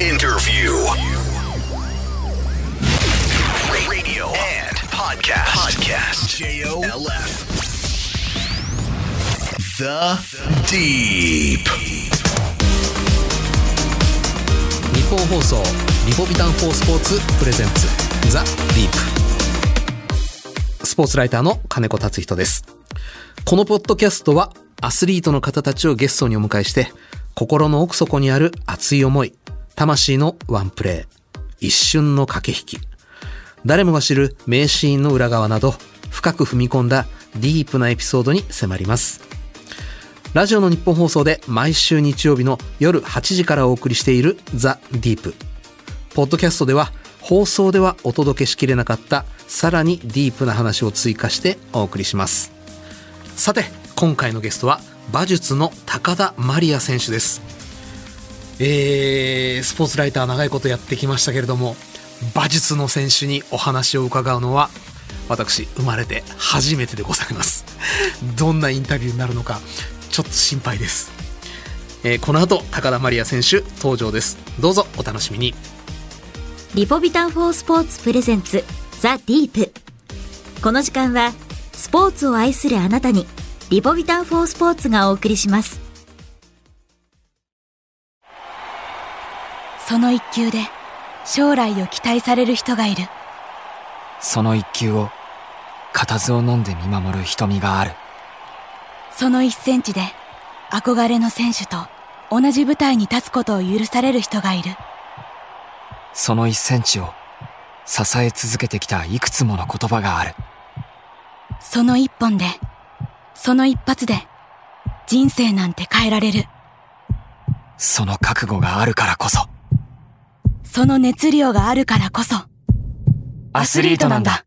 Interview Radio and Podcast JOLF The Deep 日本放送リポビタン4スポーツプレゼンツザ・ディープ。スポーツライターの金子達人です。このポッドキャストはアスリートの方たちをゲストにお迎えして、心の奥底にある熱い思い、魂のワンプレー、一瞬の駆け引き、誰もが知る名シーンの裏側など、深く踏み込んだディープなエピソードに迫ります。ラジオの日本放送で毎週日曜日の夜8時からお送りしているザ・ディープ。ポッドキャストでは放送ではお届けしきれなかったさらにディープな話を追加してお送りします。さて、今回のゲストは馬術の高田真理也選手です。スポーツライター長いことやってきましたけれども、馬術の選手にお話を伺うのは私生まれて初めてでございます。どんなインタビューになるのかちょっと心配です。この後高田真理也選手登場です。どうぞお楽しみに。 リポビタン4スポーツプレゼンツザ・ディープ。この時間はスポーツを愛するあなたにリポビタン4スポーツがお送りします。 その一球で将来を期待される人がいる。 その一球を固唾を飲んで見守る瞳がある。 その1センチで憧れの選手と同じ舞台に立つことを許される人がいる。 その1センチを支え続けてきたいくつもの言葉がある。 その1本で、その一発で人生なんて変えられる。 その覚悟があるからこそ、 その熱量があるからこそアスリートなんだ。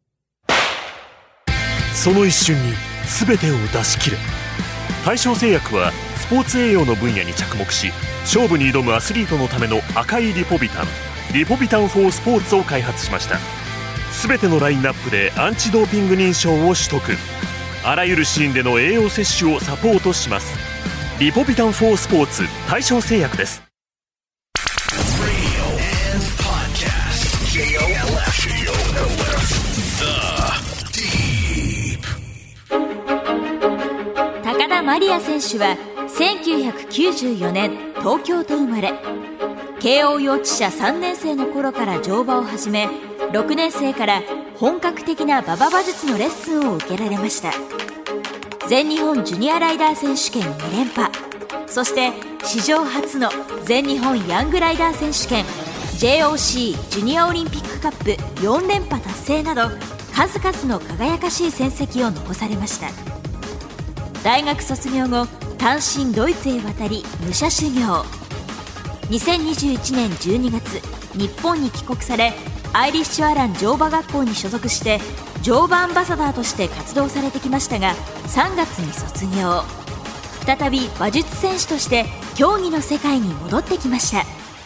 その一瞬に全てを出し切る。大正製薬はスポーツ栄養の分野に着目し、勝負に挑むアスリートのための赤いリポビタン4スポーツを開発しました。全てのラインナップでアンチドーピング認証を取得。あらゆるシーンでの栄養摂取をサポートします。リポビタン4スポーツ大正製薬です。 高田真理也選手は1994年東京と生まれ、慶応幼稚舎3年生の頃から乗馬を始め、6年生から本格的な馬場馬術のレッスンを受けられました。全日本ジュニアライダー選手権2連覇、そして史上初の全日本ヤングライダー選手権 JOC ジュニアオリンピックカップ4連覇達成など、数々の輝かしい戦績を残されました。大学卒業後、単身ドイツへ渡り武者修行。2021年12月日本に帰国され、アイリッシュアラン乗馬学校に所属して乗馬アンバサダーとして活動されてきましたが、3月に卒業。再び馬術選手として競技の世界に戻ってきました。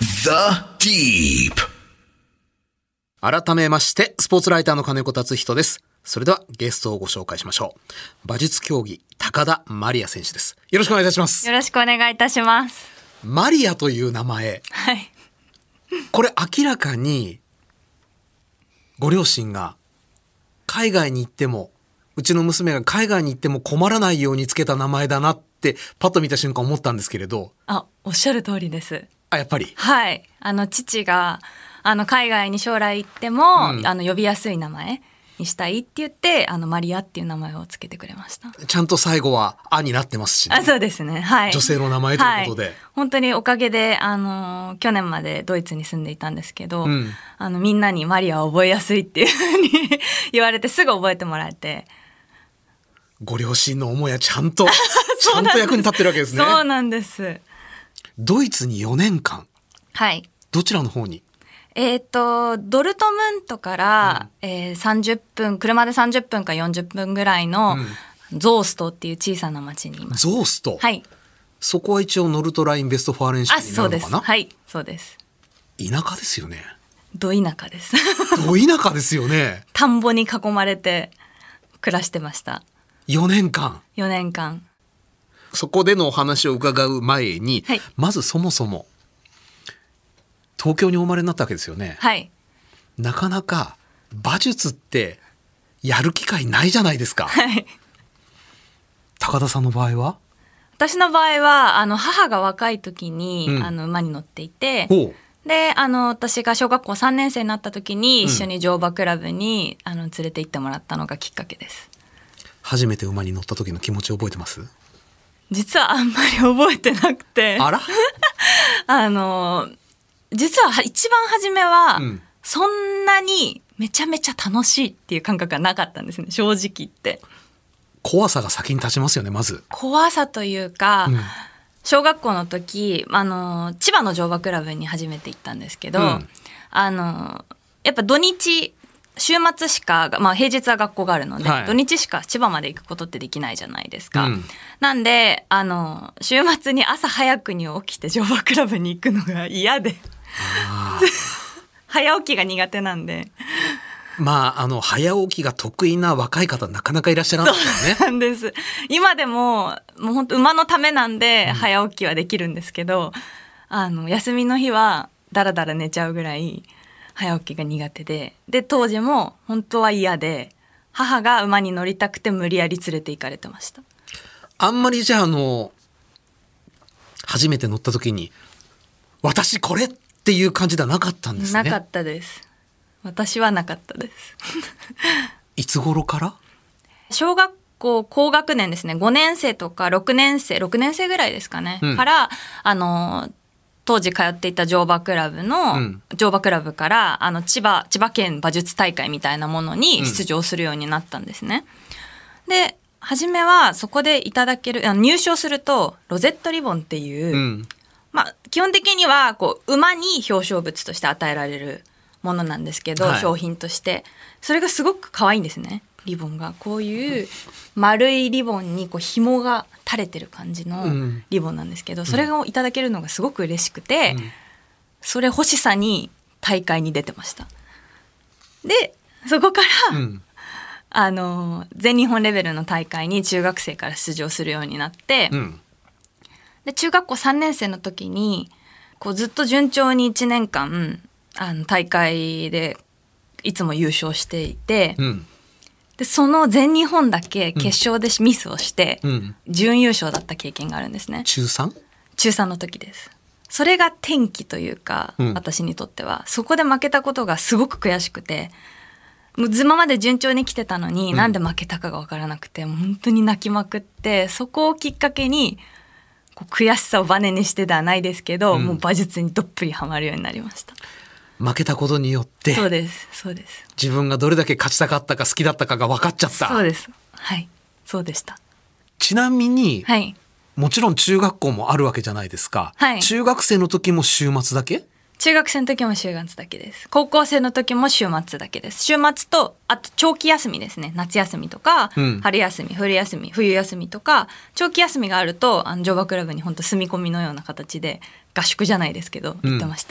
The Deep 改めましてスポーツライターの金子達人です。それではゲストをご紹介しましょう。馬術競技高田真理也選手です。よろしくお願いいたします。 よろしくお願いいたします。 マリアという名前、 はい、 これ明らかにご両親が海外に行っても、うちの娘が海外に行っても困らないようにつけた名前だなってパッと見た瞬間思ったんですけれど。 おっしゃる通りです。 やっぱり。 はい、父が海外に将来行っても、呼びやすい名前にしたいって言って、マリアっていう名前をつけてくれました。 ちゃんと最後は「あ」になってますし、ね、 そうですね、はい、 女性の名前ということで、はい、 本当におかげで去年までドイツに住んでいたんですけど、みんなにマリアを覚えやすいっていうふうに言われて、すぐ覚えてもらえて。 ご両親の思いはちゃんとちゃんと役に立ってるわけですね。 そうなんです。 ドイツに4年間、 はい、 どちらの方に？ ドルトムントから、30分、車で30分か40分ぐらいの、ゾーストっていう小さな町にいます。 ゾースト、 はい、 そこは一応ノルトラインベストファーレン州になるのかな？ そうです。はい、そうです。 田舎ですよね。 ど田舎です。 ど田舎ですよね。 田んぼに囲まれて暮らしてました。 4年間。 4年間。 そこでのお話を伺う前に、はい、まずそもそも東京にお生まれになったわけですよね。 はい。 なかなか馬術ってやる機会ないじゃないですか。 はい。 高田さんの場合は？ 私の場合は母が若い時に、馬に乗っていて、で私が小学校3年生になった時に一緒に乗馬クラブに連れて行ってもらったのがきっかけです。 初めて馬に乗った時の気持ち覚えてます？ 実はあんまり覚えてなくて、 あら実は一番初めは、そんなにめちゃめちゃ楽しいっていう感覚がなかったんですね、正直言って。 怖さが先に立ちますよね。まず怖さというか、小学校の時千葉の乗馬クラブに初めて行ったんですけど、やっぱ土日週末しか、平日は学校があるので、土日しか千葉まで行くことってできないじゃないですか、なんで週末に朝早くに起きて乗馬クラブに行くのが嫌で早起きが苦手なんで、 早起きが得意な若い方なかなかいらっしゃらないですよね。 そうなんです。今でももう本当馬のためなんで早起きはできるんですけど、休みの日はだらだら寝ちゃうぐらい早起きが苦手で、当時も本当は嫌で、母が馬に乗りたくて無理やり連れて行かれてました。 あんまりじゃあ初めて乗った時に私これっていう感じではなかったんですね。 なかったです。私はなかったですいつ頃から？ 小学校高学年ですね。5年生とか6年生ぐらいですかね、から当時通っていた乗馬クラブから千葉県馬術大会みたいなものに出場するようになったんですね、で初めはそこでいただける入賞するとロゼットリボンっていう、基本的には馬に表彰物として与えられるものなんですけど、商品としてそれがすごく可愛いんですね。リボンがこういう丸いリボンに紐が垂れてる感じのリボンなんですけど、それをいただけるのがすごく嬉しくて、それ欲しさに大会に出てました。でそこから、全日本レベルの大会に中学生から出場するようになって、で中学校3年生の時にずっと順調に1年間大会でいつも優勝していて、でその全日本だけ決勝でミスをして、準優勝だった経験があるんですね。 中 3？ 中3の時です。それが転機というか、私にとってはそこで負けたことがすごく悔しくて、もう今まで順調に来てたのに、なんで負けたかが分からなくて本当に泣きまくって、そこをきっかけに悔しさをバネにしてではないですけど、もう馬術にどっぷりハマるようになりました。 負けたことによって、 そうです自分がどれだけ勝ちたかったか好きだったかが分かっちゃった。 そうです。はい、そうでした。 ちなみに、もちろん中学校もあるわけじゃないですか、中学生の時も週末だけ？ 中学生の時も週末だけです。高校生の時も週末だけです。週末とあと長期休みですね。夏休みとか、春休み、冬休みとか長期休みがあると乗馬クラブに本当住み込みのような形で合宿じゃないですけど行ってました。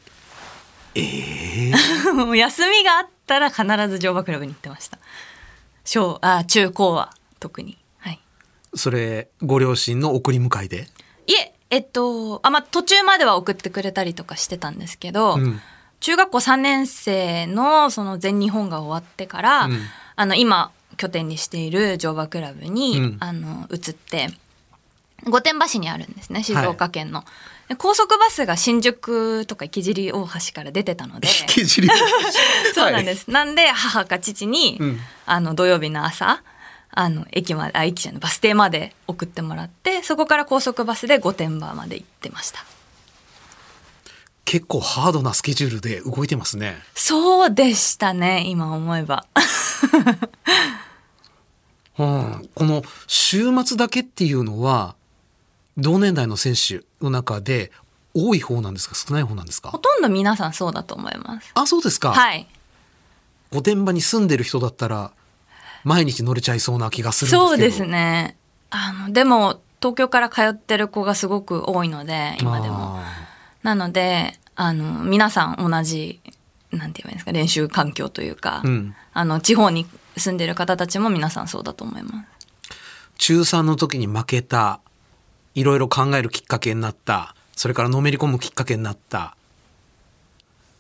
もう休みがあったら必ず乗馬クラブに行ってました。中高は特に。 それご両親の送り迎えで？ いえ、途中までは送ってくれたりとかしてたんですけど、中学校3年生のその全日本が終わってから、今拠点にしている乗馬クラブに、移って御殿場市にあるんですね、静岡県の、高速バスが新宿とか池尻大橋から出てたので池尻大橋そうなんです、なんで母か父に、土曜日の朝駅じゃないバス停まで送ってもらって、そこから高速バスで御殿場まで行ってました。 結構ハードなスケジュールで動いてますね。 そうでしたね、今思えばこの週末だけっていうのは同年代の選手の中で多い方なんですか、少ない方なんですか？ ほとんど皆さんそうだと思います。 あ、そうですか。 はい。 御殿場に住んでる人だったら毎日乗れちゃいそうな気がするんですけど。 そうですね。でも東京から通ってる子がすごく多いので、今でも。なので皆さん同じなんて言うんですか、練習環境というか、地方に住んでる方たちも皆さんそうだと思います。 中3の時に負けた、いろいろ考えるきっかけになった、それからのめり込むきっかけになった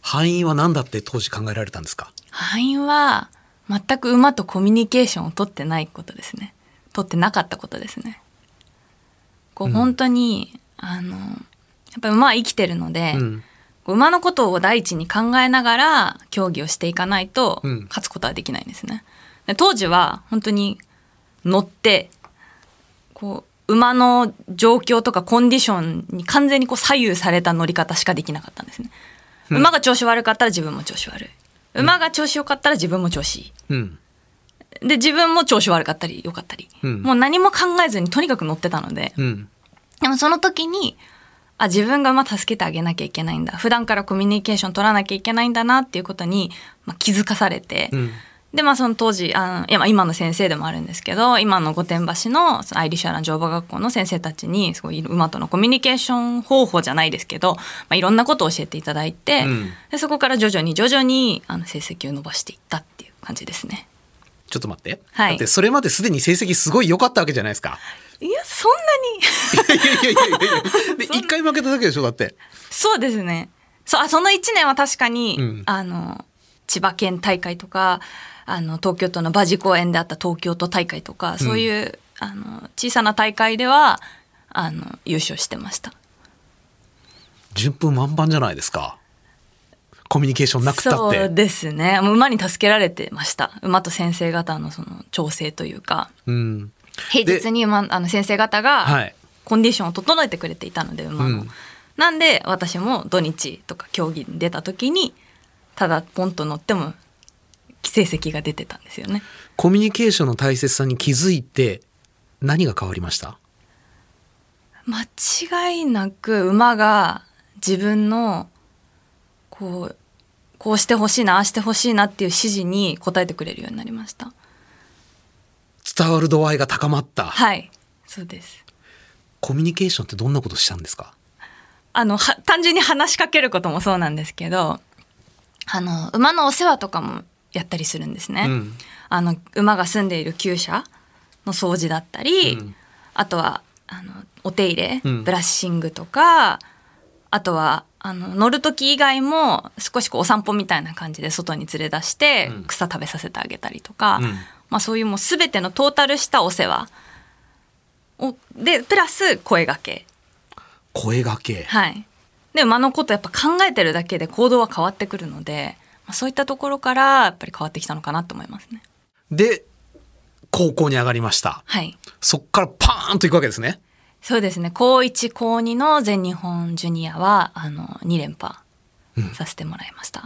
敗因は何だって当時考えられたんですか？ 敗因は全く馬とコミュニケーションを取ってないことですね。取ってなかったことですね。こう本当に、やっぱり馬は生きてるので、馬のことを第一に考えながら競技をしていかないと勝つことはできないんですね。で当時は本当に乗ってこう馬の状況とかコンディションに完全にこう左右された乗り方しかできなかったんですね。馬が調子悪かったら自分も調子悪い。馬が調子良かったら自分も調子いい。で自分も調子悪かったり良かったり、もう何も考えずにとにかく乗ってたので、でもその時に自分が馬助けてあげなきゃいけないんだ、普段からコミュニケーション取らなきゃいけないんだなっていうことに、気づかされて、でその当時今の先生でもあるんですけど、今の御殿場市のアイリッシュアラン乗馬学校の先生たちにすごい馬とのコミュニケーション方法じゃないですけど、いろんなことを教えていただいて、でそこから徐々に成績を伸ばしていったっていう感じですね。 ちょっと待って、 はい、 だってそれまですでに成績すごい良かったわけじゃないですか。 いやそんなにいやで1回負けただけでしょだって。 そうですね。その1年は確かに、千葉県大会とか東京都の馬事公園であった東京都大会とか、そういう小さな大会では優勝してました。 順風満帆じゃないですか。コミュニケーションなくたって。 そうですね。もう馬に助けられてました。馬と先生方のその調整というか、平日に先生方がコンディションを整えてくれていたので、馬の、なんで私も土日とか競技に出た時にただポンと乗っても成績が出てたんですよね。 コミュニケーションの大切さに気づいて何が変わりました？ 間違いなく馬が自分のこうしてほしいな、ああしてほしいなっていう指示に応えてくれるようになりました。 伝わる度合いが高まった。 はい、そうです。 コミュニケーションってどんなことしたんですか？ 単純に話しかけることもそうなんですけど、馬のお世話とかもやったりするんですね。馬が住んでいる厩舎の掃除だったり、あとはお手入れ、ブラッシングとか、あとは乗る時以外も少しお散歩みたいな感じで外に連れ出して草食べさせてあげたりとか、そういうもう全てのトータルしたお世話でプラス声掛け。はい。で馬のことやっぱ考えてるだけで行動は変わってくるので、そういったところからやっぱり変わってきたのかなと思いますね。 で高校に上がりました。 はい。 そっからパーンといくわけですね。 そうですね。高1高2の全日本ジュニアは2連覇させてもらいました。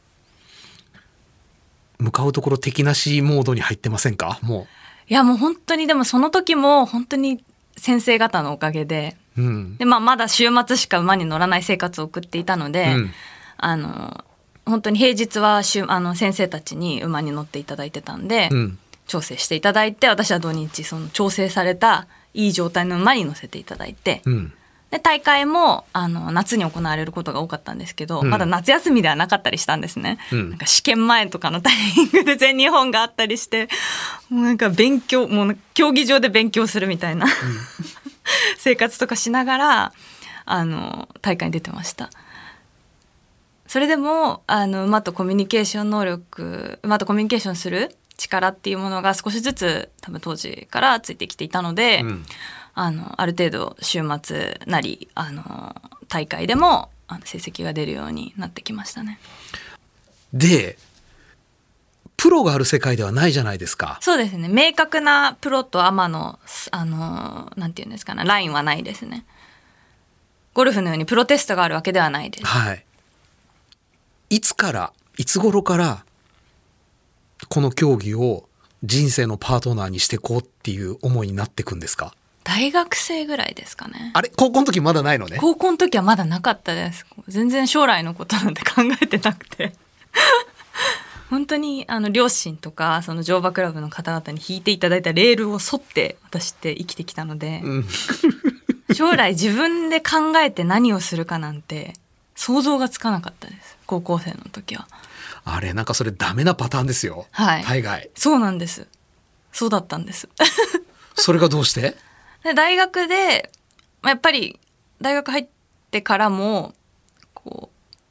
向かうところ敵なしモードに入ってませんか？もういやもう本当に、でもその時も本当に先生方のおかげで、でまだ週末しか馬に乗らない生活を送っていたので、本当に平日は先生たちに馬に乗っていただいてたんで、調整していただいて、私は土日その調整されたいい状態の馬に乗せていただいて、で大会も夏に行われることが多かったんですけど、まだ夏休みではなかったりしたんですね。なんか試験前とかのタイミングで全日本があったりして、もうなんかもう競技場で勉強するみたいな、生活とかしながら大会に出てました。それでも馬とコミュニケーション能力、馬とコミュニケーションする力っていうものが少しずつ多分当時からついてきていたので、ある程度週末なり大会でも成績が出るようになってきましたね。 でプロがある世界ではないじゃないですか。 そうですね。明確なプロとアマのなんていうんですかね、ラインはないですね。ゴルフのようにプロテストがあるわけではないです。 はい。いつ頃からこの競技を人生のパートナーにしてこうっていう思いになっていくんですか？ 大学生ぐらいですかね。 あれ、高校の時まだないのね。 高校の時はまだなかったです。全然将来のことなんて考えてなくて本当に両親とかその乗馬クラブの方々に引いていただいたレールを沿って私って生きてきたので、将来自分で考えて何をするかなんて想像がつかなかったです。高校生の時は。あれ、なんかそれダメなパターンですよ。 はい。 大概。 そうなんです。そうだったんですそれがどうして？ で大学でやっぱり大学入ってからも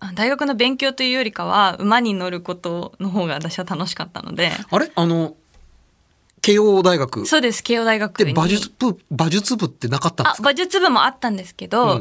大学の勉強というよりかは馬に乗ることの方が私は楽しかったので。 あれ慶応大学。 そうです、慶応大学に。 で馬術部ってなかったんですか？ 馬術部もあったんですけど、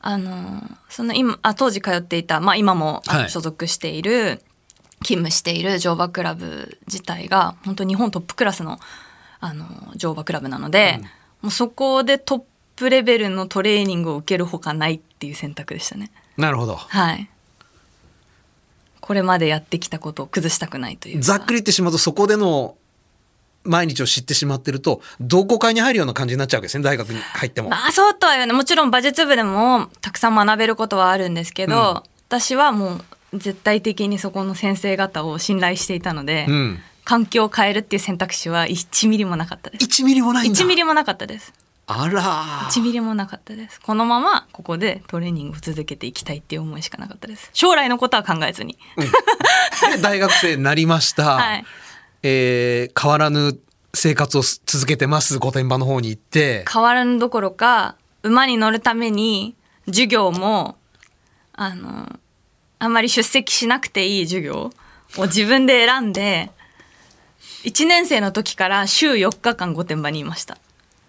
当時通っていた、今も所属している、勤務している乗馬クラブ自体が本当に日本トップクラスの乗馬クラブなので、もうそこでトップレベルのトレーニングを受けるほかないっていう選択でしたね。 なるほど。 はい。これまでやってきたことを崩したくないというか。 ざっくり言ってしまうと、そこでの毎日を知ってしまってると同好会に入るような感じになっちゃうわけですね、大学に入っても。 そうとは言わない。もちろん馬術部でもたくさん学べることはあるんですけど、私はもう絶対的にそこの先生方を信頼していたので、環境を変えるっていう選択肢は1ミリもなかったです。 1ミリもないんだ。 1ミリもなかったです。 あら。 1ミリもなかったです。このままここでトレーニングを続けていきたいっていう思いしかなかったです。将来のことは考えずに。 で大学生になりました。 はい。 変わらぬ生活を続けてます。御殿場の方に行って。 変わらぬどころか、馬に乗るために授業もあんまり出席しなくていい授業を自分で選んで、1年生の時から週4日間御殿場にいました。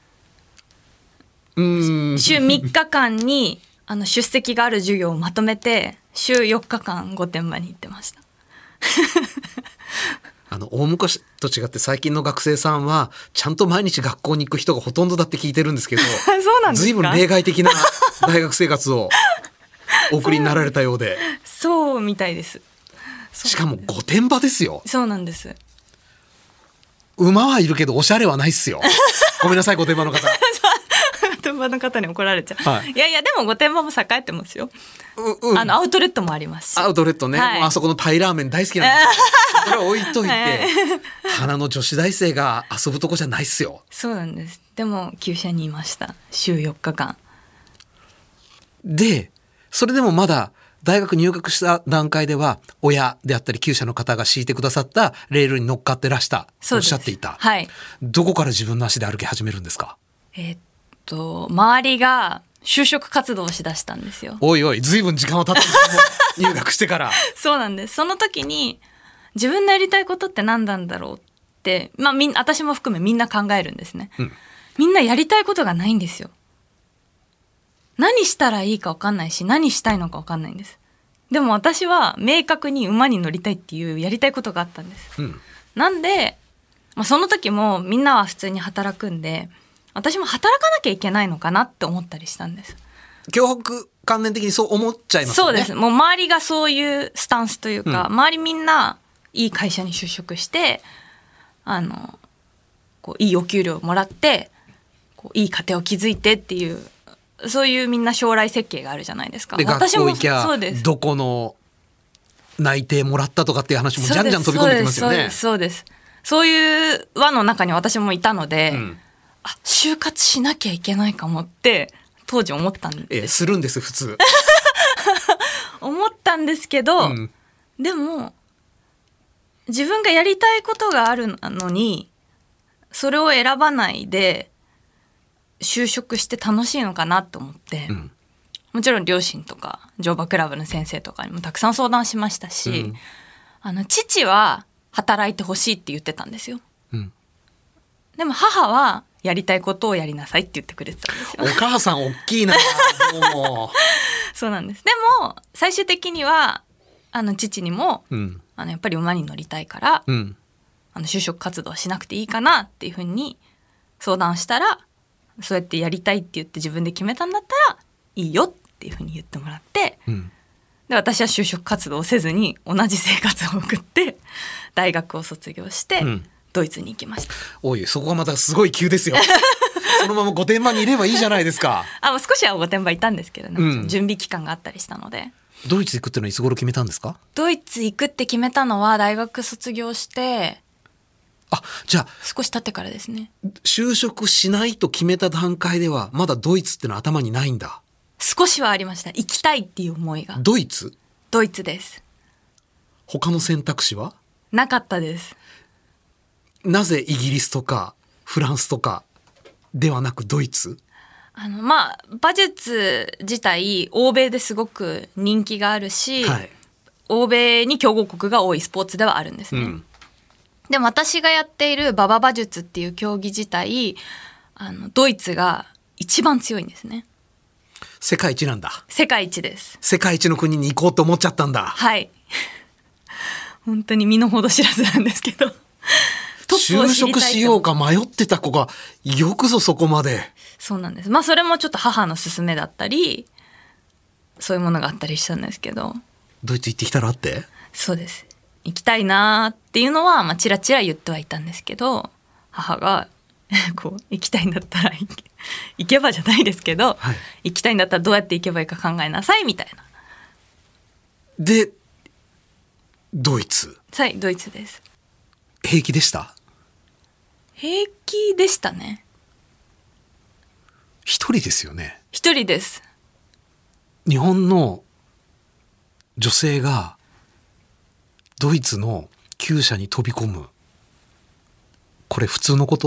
週3日間に出席がある授業をまとめて週4日間御殿場に行ってました。 大昔と違って最近の学生さんはちゃんと毎日学校に行く人がほとんどだって聞いてるんですけどそうなんですか？ 随分例外的な大学生活をお送りになられたようで。 そうみたいです。 しかも御殿場ですよ。 そうなんです。 馬はいるけどおしゃれはないっすよ。ごめんなさい、御殿場の方。 御殿場の方に怒られちゃう、 はい、 いやでも御殿場も栄えてますよ。アウトレットもありますし。 アウトレットね、あそこのタイラーメン大好きなんですよ。それは置いといて、花の女子大生が遊ぶとこじゃないっすよ。 そうなんです。でも厩舎にいました、週4日間で。それでもまだ大学入学した段階では親であったり厩舎の方が敷いてくださったレールに乗っかってらしたとおっしゃっていた、 はい、 どこから自分の足で歩き始めるんですか？ 周りが就職活動をしだしたんですよ。 おいおい、随分時間は経ったんですよ入学してから。 そうなんです。その時に自分のやりたいことって何なんだろうって、私も含めみんな考えるんですね、みんなやりたいことがないんですよ。何したらいいか分かんないし、何したいのか分かんないんです。でも私は明確に馬に乗りたいっていうやりたいことがあったんです、なんで、その時もみんなは普通に働くんで、私も働かなきゃいけないのかなって思ったりしたんです。 脅迫観念的にそう思っちゃいますよね。 そうです。もう周りがそういうスタンスというか、周りみんないい会社に就職していいお給料をもらっていい家庭を築いてっていう、そういうみんな将来設計があるじゃないですか。 で私も学校行きゃそうです。 どこの内定もらったとかっていう話もじゃんじゃん飛び込んできますよね。 そうです。そういう輪の中に私もいたので、就活しなきゃいけないかもって当時思ったんです。 するんです普通。 思ったんですけど、でも自分がやりたいことがあるのにそれを選ばないで就職して楽しいのかなと思って、もちろん両親とか乗馬クラブの先生とかにもたくさん相談しましたし、父は働いてほしいって言ってたんですよ、でも母はやりたいことをやりなさいって言ってくれてたんですよ。 お母さん大きいな。もうそうなんです。でも最終的には父にも、やっぱり馬に乗りたいから、就職活動はしなくていいかなっていうふうに相談したら、そうやってやりたいって言って自分で決めたんだったらいいよっていうふうに言ってもらって、で私は就職活動をせずに同じ生活を送って大学を卒業して、ドイツに行きました。 おい、そこはまたすごい急ですよ。そのまま御殿場にいればいいじゃないですか。 もう少しは御殿場いたんですけどね、準備期間があったりしたので。 ドイツ行くってのはいつ頃決めたんですか？ ドイツ行くって決めたのは大学卒業してじゃあ少し経ってからですね。 就職しないと決めた段階ではまだドイツってのは頭にないんだ。 少しはありました。行きたいっていう思いが。 ドイツです。 他の選択肢はなかったです。 なぜイギリスとかフランスとかではなくドイツ？ 馬術自体欧米ですごく人気があるし、はい、欧米に強豪国が多いスポーツではあるんですね、でも私がやっている馬場馬術っていう競技自体ドイツが一番強いんですね。 世界一なんだ。 世界一です。 世界一の国に行こうと思っちゃったんだ。 はい本当に身の程知らずなんですけど就職しようか迷ってた子がよくぞそこまで。 そうなんです。それもちょっと母の勧めだったりそういうものがあったりしたんですけど。 ドイツ行ってきたらって。 そうです。行きたいなっていうのはチラチラ言ってはいたんですけど、母がこう行きたいんだったら行けばじゃないですけど、はい、行きたいんだったらどうやって行けばいいか考えなさいみたいな。 でドイツ。 はい、ドイツです。 平気でした？ 平気でしたね。 一人ですよね？ 一人です。 日本の女性がドイツの厩舎に飛び込む、これ普通のこと？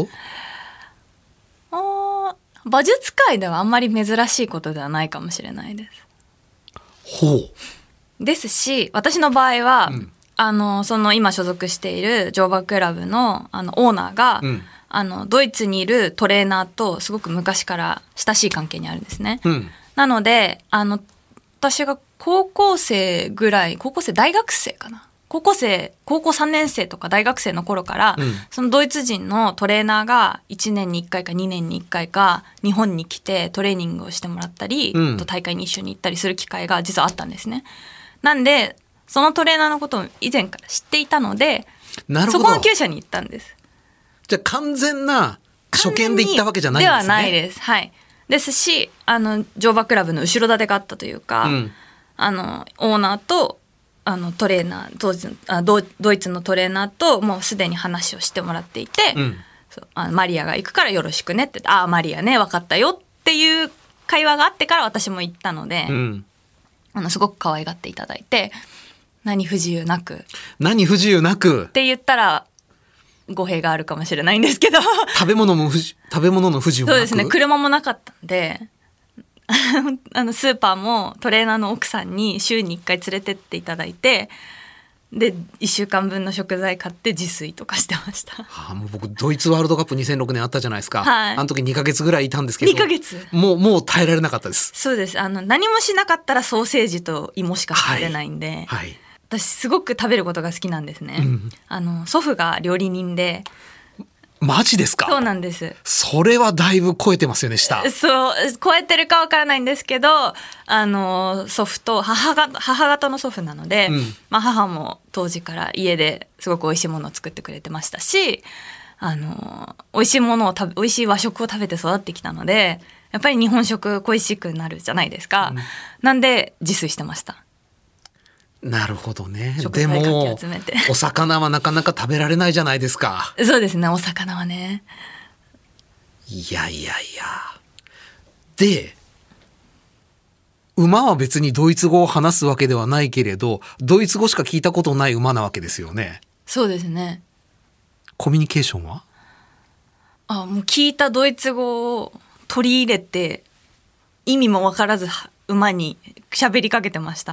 馬術界ではあんまり珍しいことではないかもしれないです。 ほう。 ですし、私の場合は、その今所属している乗馬クラブのオーナーが、ドイツにいるトレーナーとすごく昔から親しい関係にあるんですね、なので私が高校生大学生かな、高校3年生とか大学生の頃から、そのドイツ人のトレーナーが1年に1回か2年に1回か日本に来てトレーニングをしてもらったり、と大会に一緒に行ったりする機会が実はあったんですね。なんでそのトレーナーのことを以前から知っていたので、そこの厩舎に行ったんです。 じゃあ完全な初見で行ったわけじゃないんですね。 ではないです。はい。ですし乗馬クラブの後ろ盾があったというか、オーナーとトレーナードイツのトレーナーともうすでに話をしてもらっていて、マリアが行くからよろしくねって言って、マリアね分かったよっていう会話があってから私も行ったので、すごく可愛がっていただいて、何不自由なくって言ったら語弊があるかもしれないんですけど食べ物の不自由もなく。 そうですね、車もなかったんでスーパーもトレーナーの奥さんに週に1回連れてっていただいて、で1週間分の食材買って自炊とかしてました。 もう僕ドイツワールドカップ2006年あったじゃないですか、 はい、 あの時2ヶ月ぐらいいたんですけど、 2ヶ月もう耐えられなかったです。 そうです。何もしなかったらソーセージと芋しか食べれないんで、はい、私すごく食べることが好きなんですね、祖父が料理人で。 マジですか？ そうなんです。 それはだいぶ超えてますよね、下。 そう、超えてるかわからないんですけど、祖父と母方の祖父なので、母も当時から家ですごく美味しいものを作ってくれてましたし、美味しい和食を食べて育ってきたので、やっぱり日本食恋しくなるじゃないですか、なんで自炊してました。 なるほどね。 でもお魚はなかなか食べられないじゃないですか。 そうですね、お魚はね。 いやで馬は別にドイツ語を話すわけではないけれど、ドイツ語しか聞いたことない馬なわけですよね。 そうですね。 コミュニケーションはもう聞いたドイツ語を取り入れて、意味も分からず馬に喋りかけてました。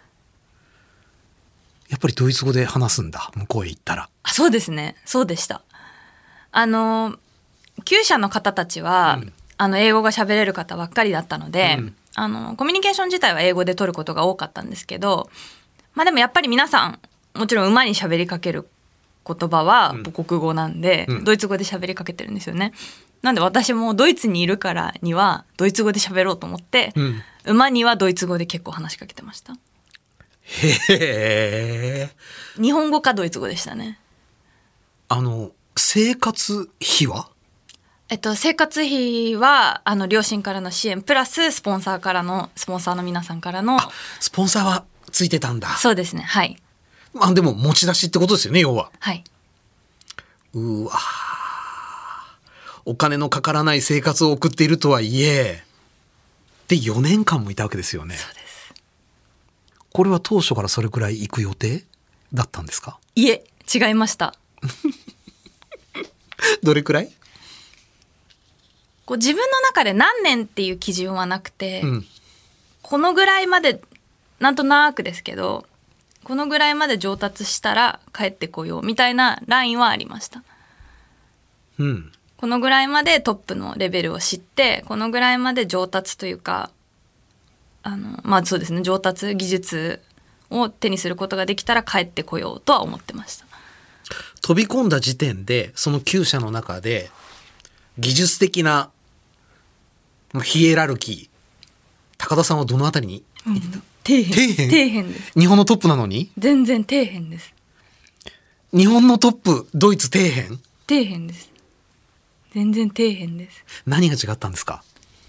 やっぱりドイツ語で話すんだ、向こうへ行ったら。 そうですね、そうでした。厩舎の方たちは、英語が喋れる方ばっかりだったので、コミュニケーション自体は英語で取ることが多かったんですけど、でもやっぱり皆さんもちろん馬に喋りかける言葉は母国語なんで、ドイツ語で喋りかけてるんですよね。なんで私もドイツにいるからにはドイツ語で喋ろうと思って、馬にはドイツ語で結構話しかけてました。 へー。 日本語かドイツ語でしたね。 生活費は？ 生活費は両親からの支援プラススポンサーの皆さんからの。 スポンサーはついてたんだ。 そうですね、はい。 でも持ち出しってことですよね、要は。 はい。 うわ、お金のかからない生活を送っているとはいえ、で4年間もいたわけですよね。 そうです。 これは当初からそれくらい行く予定だったんですか？ いえ、違いました。 どれくらい？ こう自分の中で何年っていう基準はなくて、 うん、 このぐらいまでなんとなくですけどこのぐらいまで上達したら帰ってこようみたいなラインはありました、 うん、 このぐらいまでトップのレベルを知ってこのぐらいまで上達というかまあそうですね、上達技術を手にすることができたら帰ってこようとは思ってました。 飛び込んだ時点でその厩舎の中で技術的なヒエラルキー、高田さんはどのあたりにいた、 底辺です。 日本のトップなのに全然底辺です。 日本のトップドイツ底辺です。全然底辺です。 何が違ったんですか？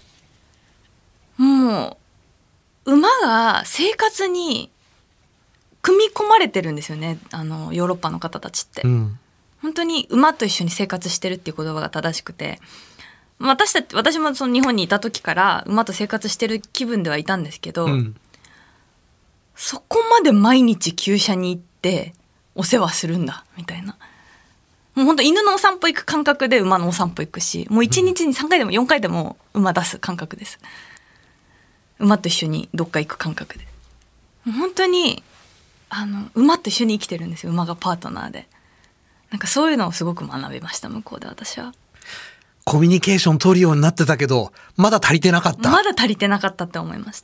もう馬が生活に組み込まれてるんですよね、ヨーロッパの方たちって、うん、本当に馬と一緒に生活してるっていう言葉が正しくて、私もその日本にいた時から馬と生活してる気分ではいたんですけど、うん、そこまで毎日厩舎に行ってお世話するんだみたいな、もう本当犬のお散歩行く感覚で馬のお散歩行くし、もう1日に3回でも4回でも馬出す感覚です。馬と一緒にどっか行く感覚で、本当に馬と一緒に生きてるんですよ。馬がパートナーで、なんかそういうのをすごく学びました。向こうで私はコミュニケーション取るようになってたけどまだ足りてなかったって思いました。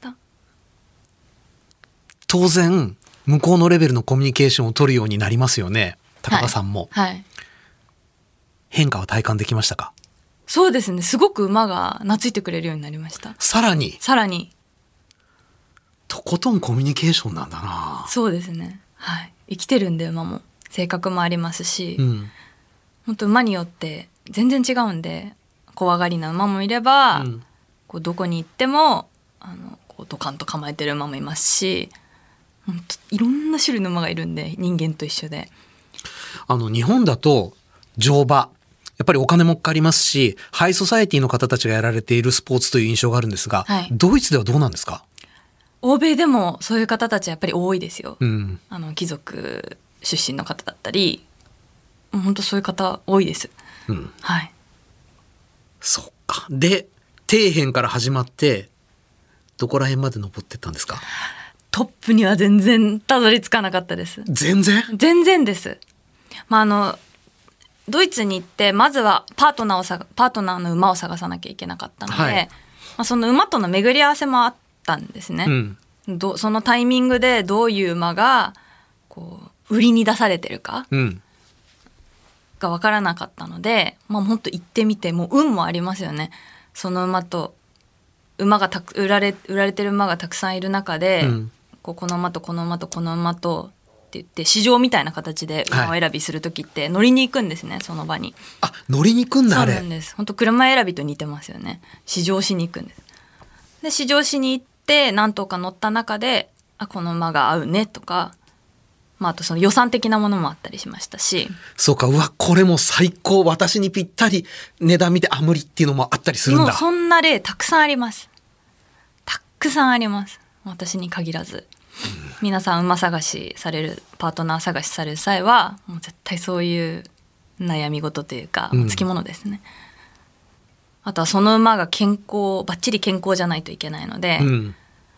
当然向こうのレベルのコミュニケーションを取るようになりますよね、高田さんも、 はいはい、 変化は体感できましたか？ そうですね、すごく馬が懐いてくれるようになりました。 さらにとことんコミュニケーションなんだな。 そうですね、はい、生きてるんで馬も性格もありますし、うん、本当馬によって全然違うんで、怖がりな馬もいれば、うん、こうどこに行ってもこうドカンと構えてる馬もいますし、本当いろんな種類の馬がいるんで、人間と一緒で。 日本だと乗馬やっぱりお金もかかりますし、ハイソサエティの方たちがやられているスポーツという印象があるんですが、はい、ドイツではどうなんですか？ 欧米でもそういう方たちはやっぱり多いですよ、うん、貴族出身の方だったり、本当そういう方多いです、うん、はい。 そっか。で底辺から始まってどこら辺まで登ってったんですか？ トップには全然たどり着かなかったです。 全然です、ドイツに行ってまずはパートナーの馬を探さなきゃいけなかったので、はい、その馬との巡り合わせもあったんですね、うん、そのタイミングでどういう馬がこう売りに出されてるかが分からなかったので、本当行ってみて、もう運もありますよね。その馬と馬が売られてる馬がたくさんいる中で、うん、この馬とこの馬とこの馬とって言って市場みたいな形で馬を選びする時って乗りに行くんですね、その場に。 あ、乗りに行くんだ。あれ。 そうなんです。本当車選びと似てますよね。試乗しに行くんです。で試乗しに行って何頭か乗った中で、この馬が合うねとか、あとその予算的なものもあったりしましたし。 そうか、これも最高、私にぴったり、値段見て無理っていうのもあったりするんだ。 もうそんな例たくさんあります。たくさんあります。私に限らず。皆さん馬探しされる、パートナー探しされる際はもう絶対そういう悩み事というか、つきものですね。あとはその馬がバッチリ健康じゃないといけないので、うん、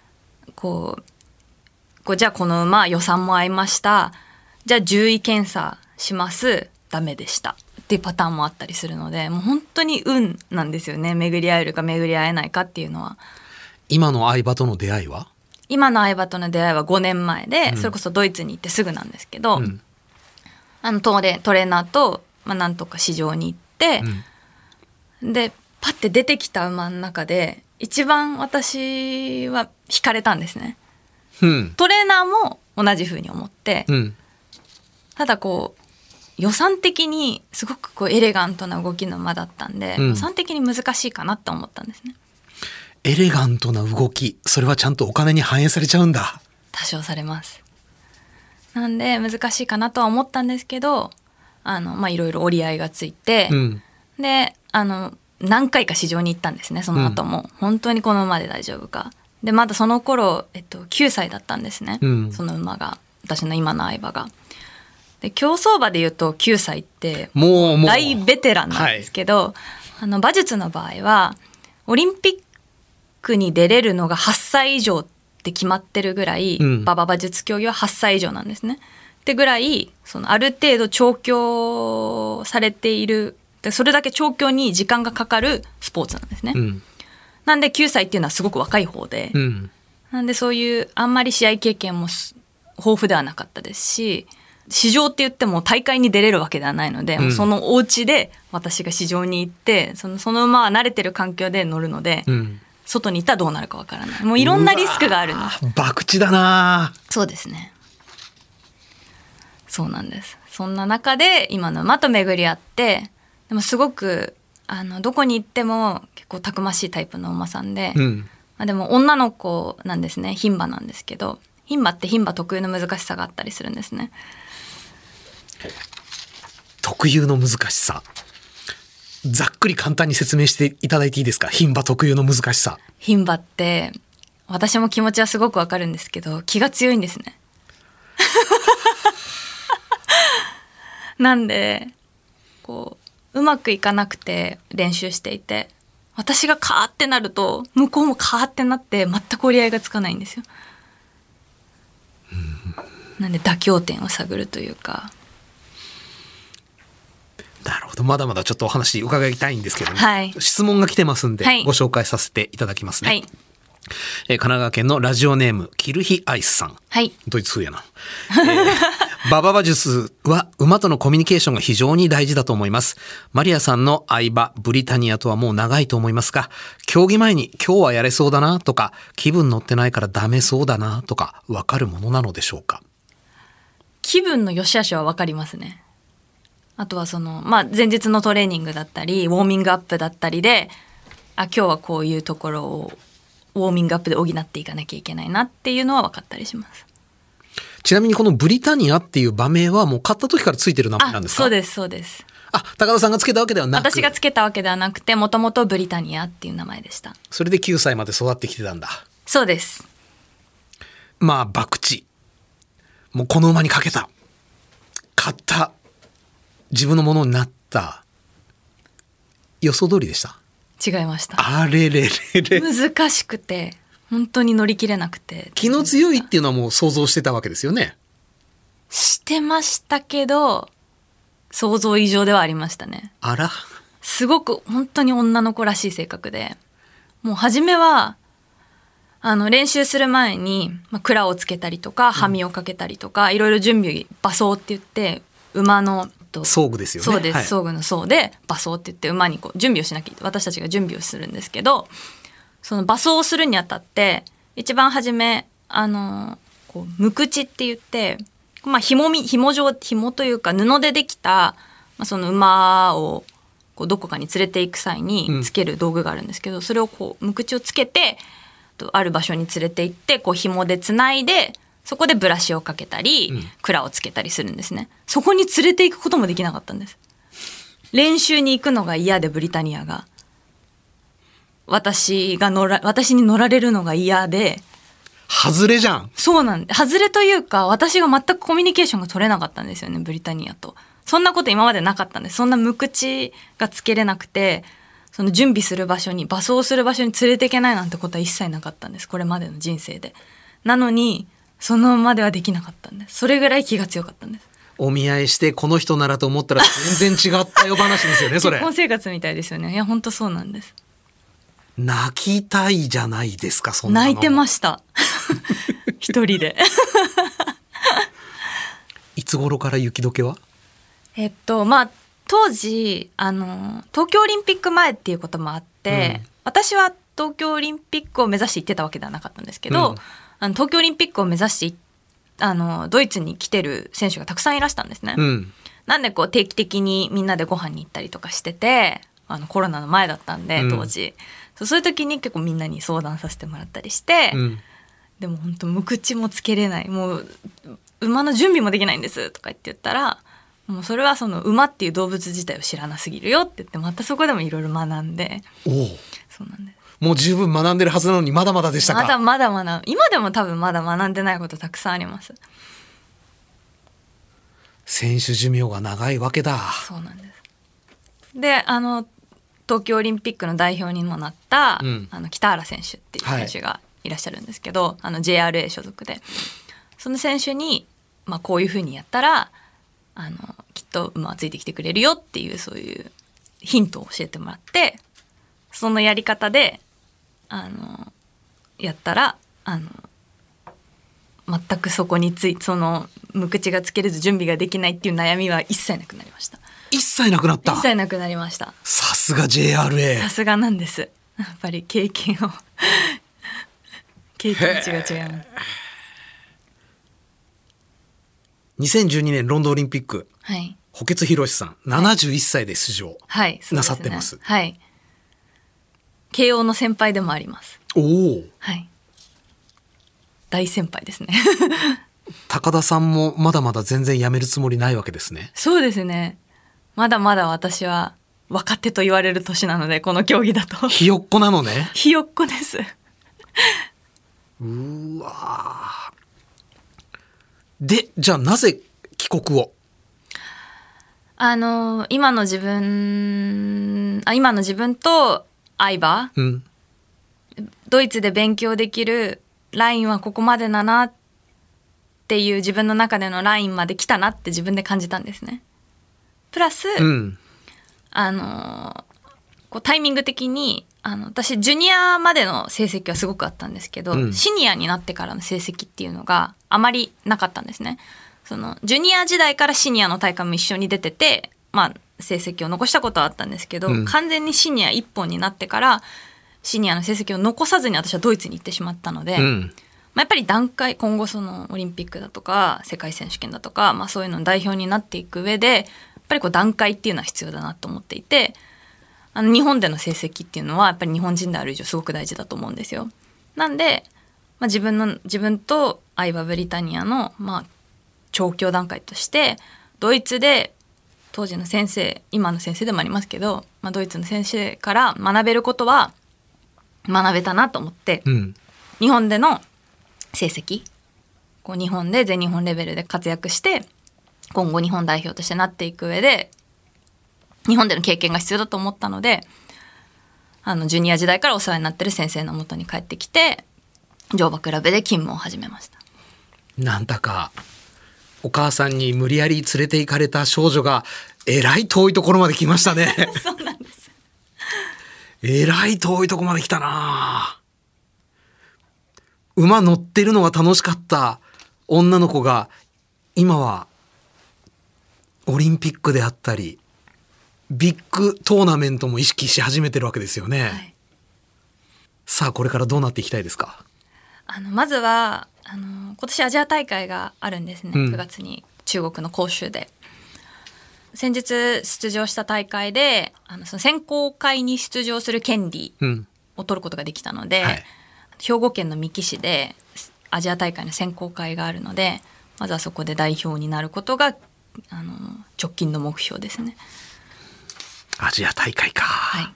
じゃあこの馬予算も合いました、じゃあ獣医検査します、ダメでしたっていうパターンもあったりするので、もう本当に運なんですよね。巡り合えるか巡り合えないかっていうのは。 今の相場との出会いは 5年前で、うん、それこそドイツに行ってすぐなんですけど、うん、トレーナーと、なんとか市場に行って、うん、でパッて出てきた馬の中で一番私は惹かれたんですね、うん、トレーナーも同じ風に思って、うん、ただ予算的にすごくエレガントな動きの馬だったんで、予算的に難しいかなって思ったんですね。 エレガントな動き、それはちゃんとお金に反映されちゃうんだ。 多少されます。なんで難しいかなとは思ったんですけど、いろいろ折り合いがついて、うん、で何回か市場に行ったんですね。その後も、本当にこの馬で大丈夫か。でまだその頃、9歳だったんですね、うん、その馬が、私の今の相場が。で競走馬でいうと9歳ってもう大ベテランなんですけど、 馬術の場合はオリンピックに出れるのが8歳以上って決まってるぐらい、馬場馬術競技は8歳以上なんですね。ってぐらいある程度調教されている、でそれだけ調教に時間がかかるスポーツなんですね。なんで9歳っていうのはすごく若い方で、なんでそういうあんまり試合経験も豊富ではなかったですし、市場って言っても大会に出れるわけではないので、もうそのお家で私が市場に行ってその馬は慣れてる環境で乗るので、外に行ったらどうなるかわからない。もういろんなリスクがあるの。 博打だな。 そうですね。そうなんです。そんな中で今の馬と巡り合って、でもすごくどこに行っても結構たくましいタイプの馬さんで、でも女の子なんですね。牝馬なんですけど、牝馬って牝馬特有の難しさがあったりするんですね。 特有の難しさ、ざっくり簡単に説明していただいていいですか。牝馬特有の難しさ。 牝馬って私も気持ちはすごくわかるんですけど、気が強いんですね。なんでうまくいかなくて練習していて、私がカーってなると向こうもカーってなって全く折り合いがつかないんですよ。なんで妥協点を探るというか。 なるほど。まだまだちょっとお話伺いたいんですけどね、 質問が来てますんで、ご紹介させていただきますね。神奈川県のラジオネームキルヒアイスさん、ドイツ風やな。馬場馬術は馬とのコミュニケーションが非常に大事だと思います。マリアさんの愛馬ブリタニアとはもう長いと思いますが、競技前に今日はやれそうだなとか、気分乗ってないからダメそうだなとか分かるものなのでしょうか。 気分の良し悪しは分かりますね。あとは前日のトレーニングだったりウォーミングアップだったりで、今日はこういうところをウォーミングアップで補っていかなきゃいけないなっていうのは分かったりします。 ちなみにこのブリタニアっていう馬名はもう買った時からついてる名前なんですか。 そうですそうです。 高田さんがつけたわけではなく。 私がつけたわけではなくて、もともとブリタニアっていう名前でした。 それで9歳まで育ってきてたんだ。 そうです。 博打、もうこの馬にかけた、買った、自分のものになった、予想通りでした。 違いました。 あれれれれ、 難しくて本当に乗り切れなくて。 気の強いっていうのはもう想像してたわけですよね。 してましたけど想像以上ではありましたね。 あら、 すごく本当に女の子らしい性格で、もう初めは練習する前に、鞍をつけたりとかハミをかけたりとか、いろいろ準備、馬装って言って馬の装具ですよね。 そうです、装具の装で馬装って言って馬に準備をしなきゃ、私たちが準備をするんですけど、その馬装をするにあたって一番初め無口って言って、紐というか布でできた、その馬をどこかに連れて行く際につける道具があるんですけど、それを無口をつけてある場所に連れて行って紐でつないで、そこでブラシをかけたり鞍をつけたりするんですね。そこに連れて行くこともできなかったんです。練習に行くのが嫌で、ブリタニアが私に乗られるのが嫌で。 外れじゃん。 そうなんで、外れというか、私が全くコミュニケーションが取れなかったんですよね、ブリタニアと。そんなこと今までなかったんです。そんな無口がつけれなくて、その準備する場所に、馬装する場所に連れていけないなんてことは一切なかったんです、これまでの人生で。なのにそのまではできなかったんです。それぐらい気が強かったんです。 お見合いしてこの人ならと思ったら全然違ったよ話ですよねそれ。 結婚生活みたいですよね。いや本当そうなんです。 泣きたいじゃないですか。そんなの泣いてました一人でいつ頃から雪解けは？ 当時東京オリンピック前っていうこともあって、私は東京オリンピックを目指して行ってたわけではなかったんですけど、東京オリンピックを目指してドイツに来てる選手がたくさんいらしたんですね。なんで定期的にみんなでご飯に行ったりとかしてて、コロナの前だったんで当時、そういう時に結構みんなに相談させてもらったりして、でも本当無口もつけれない、もう馬の準備もできないんですとか言ったら、もうそれはその馬っていう動物自体を知らなすぎるよって言って、またそこでもいろいろ学んで。そうなんです。 もう十分学んでるはずなのにまだまだでしたか？ まだ今でも多分まだ学んでないことたくさんあります。 選手寿命が長いわけだ。 そうなんです。で東京オリンピックの代表にもなった、 うん北原選手っていう選手がいらっしゃるんですけど、JRA 所属でその選手に、こういうふうにやったらきっと馬はついてきてくれるよっていうそういうヒントを教えてもらって、そのやり方でやったら全くそこにその無口がつけれず準備ができないっていう悩みは一切なくなりました。 一切なくなった。 一切なくなりました。 さすが JRA。 さすがなんです。やっぱり経験値が違います。 2012年ロンドンオリンピック、 はい、 補欠博さん71歳で出場なさってます。 はい、慶応の先輩でもあります。 おお、 はい、大先輩ですね高田さんもまだまだ全然辞めるつもりないわけですね。 そうですね、まだまだ私は若手と言われる年なので、この競技だとひよっこなのね。 ひよっこですうわで、じゃあなぜ帰国を？ 今の自分と相葉、 うん、 ドイツで勉強できるラインはここまでだなっていう自分の中でのラインまで来たなって自分で感じたんですね。プラス、 うん、 こうタイミング的に私ジュニアまでの成績はすごくあったんですけど、シニアになってからの成績っていうのがあまりなかったんですね。そのジュニア時代からシニアの大会も一緒に出てて、成績を残したことはあったんですけど、完全にシニア一本になってからシニアの成績を残さずに私はドイツに行ってしまったので、やっぱり今後そのオリンピックだとか世界選手権だとか、そういうのの代表になっていく上でやっぱりこう段階っていうのは必要だなと思っていて、日本での成績っていうのはやっぱり日本人である以上すごく大事だと思うんですよ。なんで、自分と相葉ブリタニアの調教段階としてドイツで当時の先生、今の先生でもありますけど、ドイツの先生から学べることは学べたなと思って、日本での成績、こう日本で全日本レベルで活躍して今後日本代表としてなっていく上で日本での経験が必要だと思ったので、ジュニア時代からお世話になってる先生の元に帰ってきて乗馬クラブで勤務を始めました。 なんだかお母さんに無理やり連れて行かれた少女がえらい遠いところまで来ましたねそうなんです。 えらい遠いところまで来たな。馬乗ってるのが楽しかった女の子が今はオリンピックであったりビッグトーナメントも意識し始めてるわけですよね、はい、さあこれからどうなっていきたいですか？ まずは今年アジア大会があるんですね、9月に中国の広州で。先日出場した大会でその選考会に出場する権利を取ることができたので、はい、兵庫県の三木市でアジア大会の選考会があるので、まずはそこで代表になることが直近の目標ですね。 アジア大会か、 はい、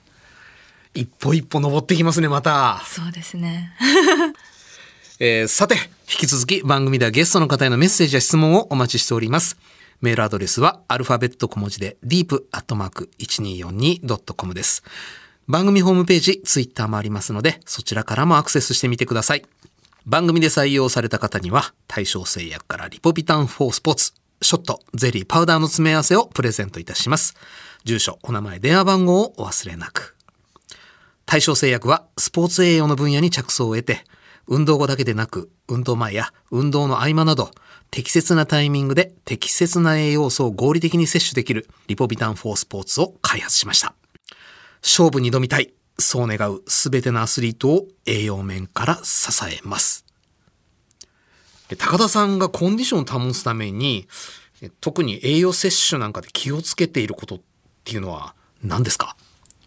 一歩一歩登ってきますねまた。 そうですねさて引き続き番組ではゲストの方へのメッセージや質問をお待ちしております。メールアドレスはアルファベット小文字で deep@1242.com です。番組ホームページ、ツイッターもありますのでそちらからもアクセスしてみてください。番組で採用された方には大正製薬からリポビタン4スポーツショットゼリーパウダーの詰め合わせをプレゼントいたします。住所、お名前、電話番号をお忘れなく。大正製薬はスポーツ栄養の分野に着想を得て、運動後だけでなく運動前や運動の合間など適切なタイミングで適切な栄養素を合理的に摂取できるリポビタン4スポーツを開発しました。勝負に挑みたい、そう願うすべてのアスリートを栄養面から支えます。高田さんがコンディションを保つために特に栄養摂取なんかで気をつけていることっていうのは何ですか？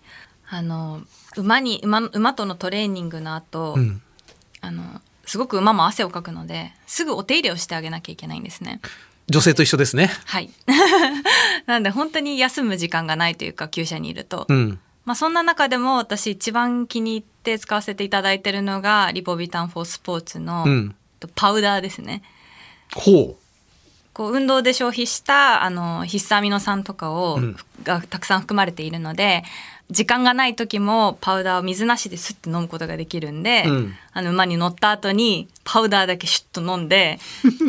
馬とのトレーニングの後、すごく馬も汗をかくのですぐお手入れをしてあげなきゃいけないんですね。 女性と一緒ですね。 はいなんで本当に休む時間がないというか厩舎にいると、そんな中でも私一番気に入って使わせていただいているのがリポビタン4スポーツの、パウダーですね。 ほう。 こう運動で消費した必須アミノ酸とかがたくさん含まれているので、 時間がない時もパウダーを水なしでスッて飲むことができるんで、馬に乗った後にパウダーだけシュッと飲んで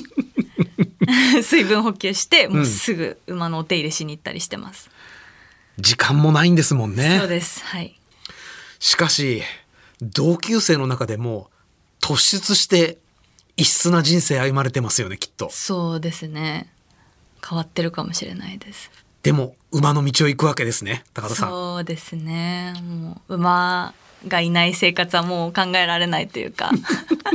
水分補給してもうすぐ馬のお手入れしに行ったりしてます。 時間もないんですもんね。 そうです、はい。 しかし同級生の中でも突出して異質な人生歩まれてますよね、きっと。 そうですね、変わってるかもしれないです。 でも馬の道を行くわけですね、高田さん。 そうですね、もう馬がいない生活はもう考えられないというか本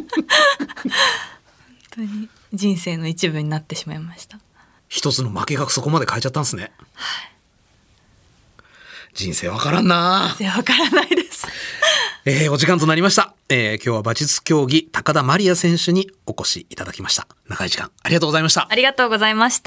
当に人生の一部になってしまいました。 一つの負けがそこまで変えちゃったんですね。はい、人生わからんな。 人生わからないですお時間となりました。今日は馬術競技高田真理也選手にお越しいただきました。長い時間ありがとうございました。 ありがとうございました。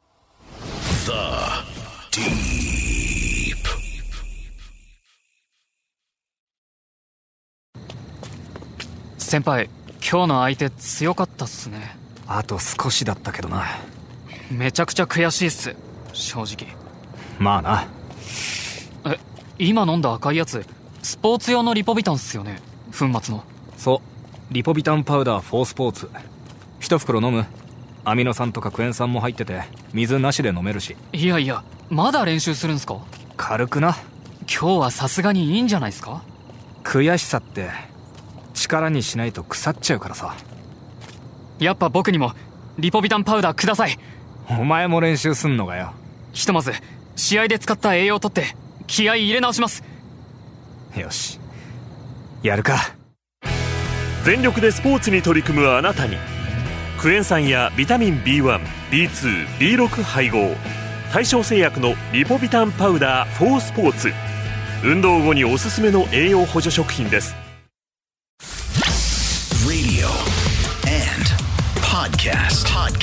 先輩、今日の相手強かったっすね。 あと少しだったけどな。 めちゃくちゃ悔しいっす、正直。 まあな。 今飲んだ赤いやつスポーツ用のリポビタンっすよね、粉末の。 そう、リポビタンパウダー4スポーツ。一袋飲む？アミノ酸とかクエン酸も入ってて水なしで飲めるし。 いやいや、まだ練習するんすか？ 軽くな。 今日はさすがにいいんじゃないですか？ 悔しさって力にしないと腐っちゃうからさ。 やっぱ僕にもリポビタンパウダーください。 お前も練習すんのかよ。 ひとまず試合で使った栄養を取って気合い入れ直します。 よし、やるか。 全力でスポーツに取り組むあなたに、クエン酸やビタミン B1、B2、B6 配合、大正製薬のリポビタンパウダー4スポーツ。運動後におすすめの栄養補助食品です。 Radio and podcast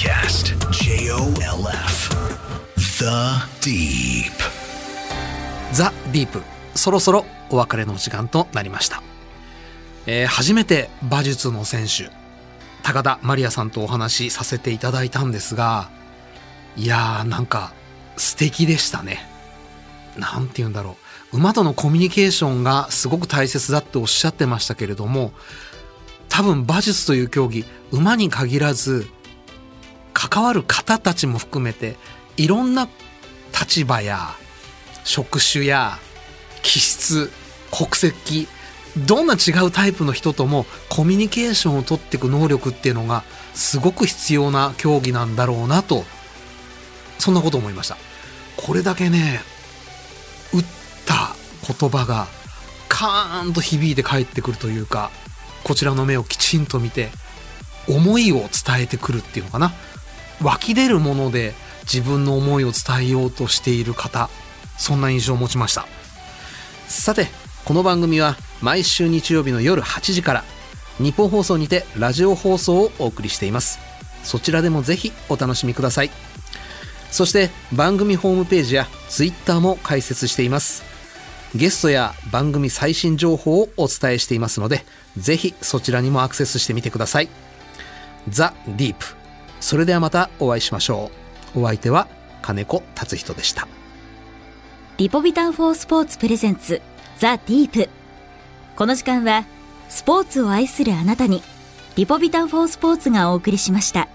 JOLF The Deep。 ザ・ディープ、そろそろお別れの時間となりました。初めて馬術の選手高田真理也さんとお話しさせていただいたんですが、いやーなんか素敵でしたね。なんて言うんだろう、馬とのコミュニケーションがすごく大切だっておっしゃってましたけれども、多分馬術という競技、馬に限らず関わる方たちも含めていろんな立場や職種や気質、国籍、どんな違うタイプの人ともコミュニケーションを取っていく能力っていうのがすごく必要な競技なんだろうなと、そんなこと思いました。これだけね、打った言葉がカーンと響いて帰ってくるというか、こちらの目をきちんと見て思いを伝えてくるっていうのかな、湧き出るもので自分の思いを伝えようとしている方、そんな印象を持ちました。さて、この番組は毎週日曜日の夜8時から日本放送にてラジオ放送をお送りしています。そちらでもぜひお楽しみください。そして番組ホームページやツイッターも開設しています。ゲストや番組最新情報をお伝えしていますので、ぜひそちらにもアクセスしてみてください。ザ・ディープ、それではまたお会いしましょう。お相手は金子達人でした。 リポビタン4スポーツプレゼンツザ・ディープ。この時間はスポーツを愛するあなたにリポビタン4スポーツがお送りしました。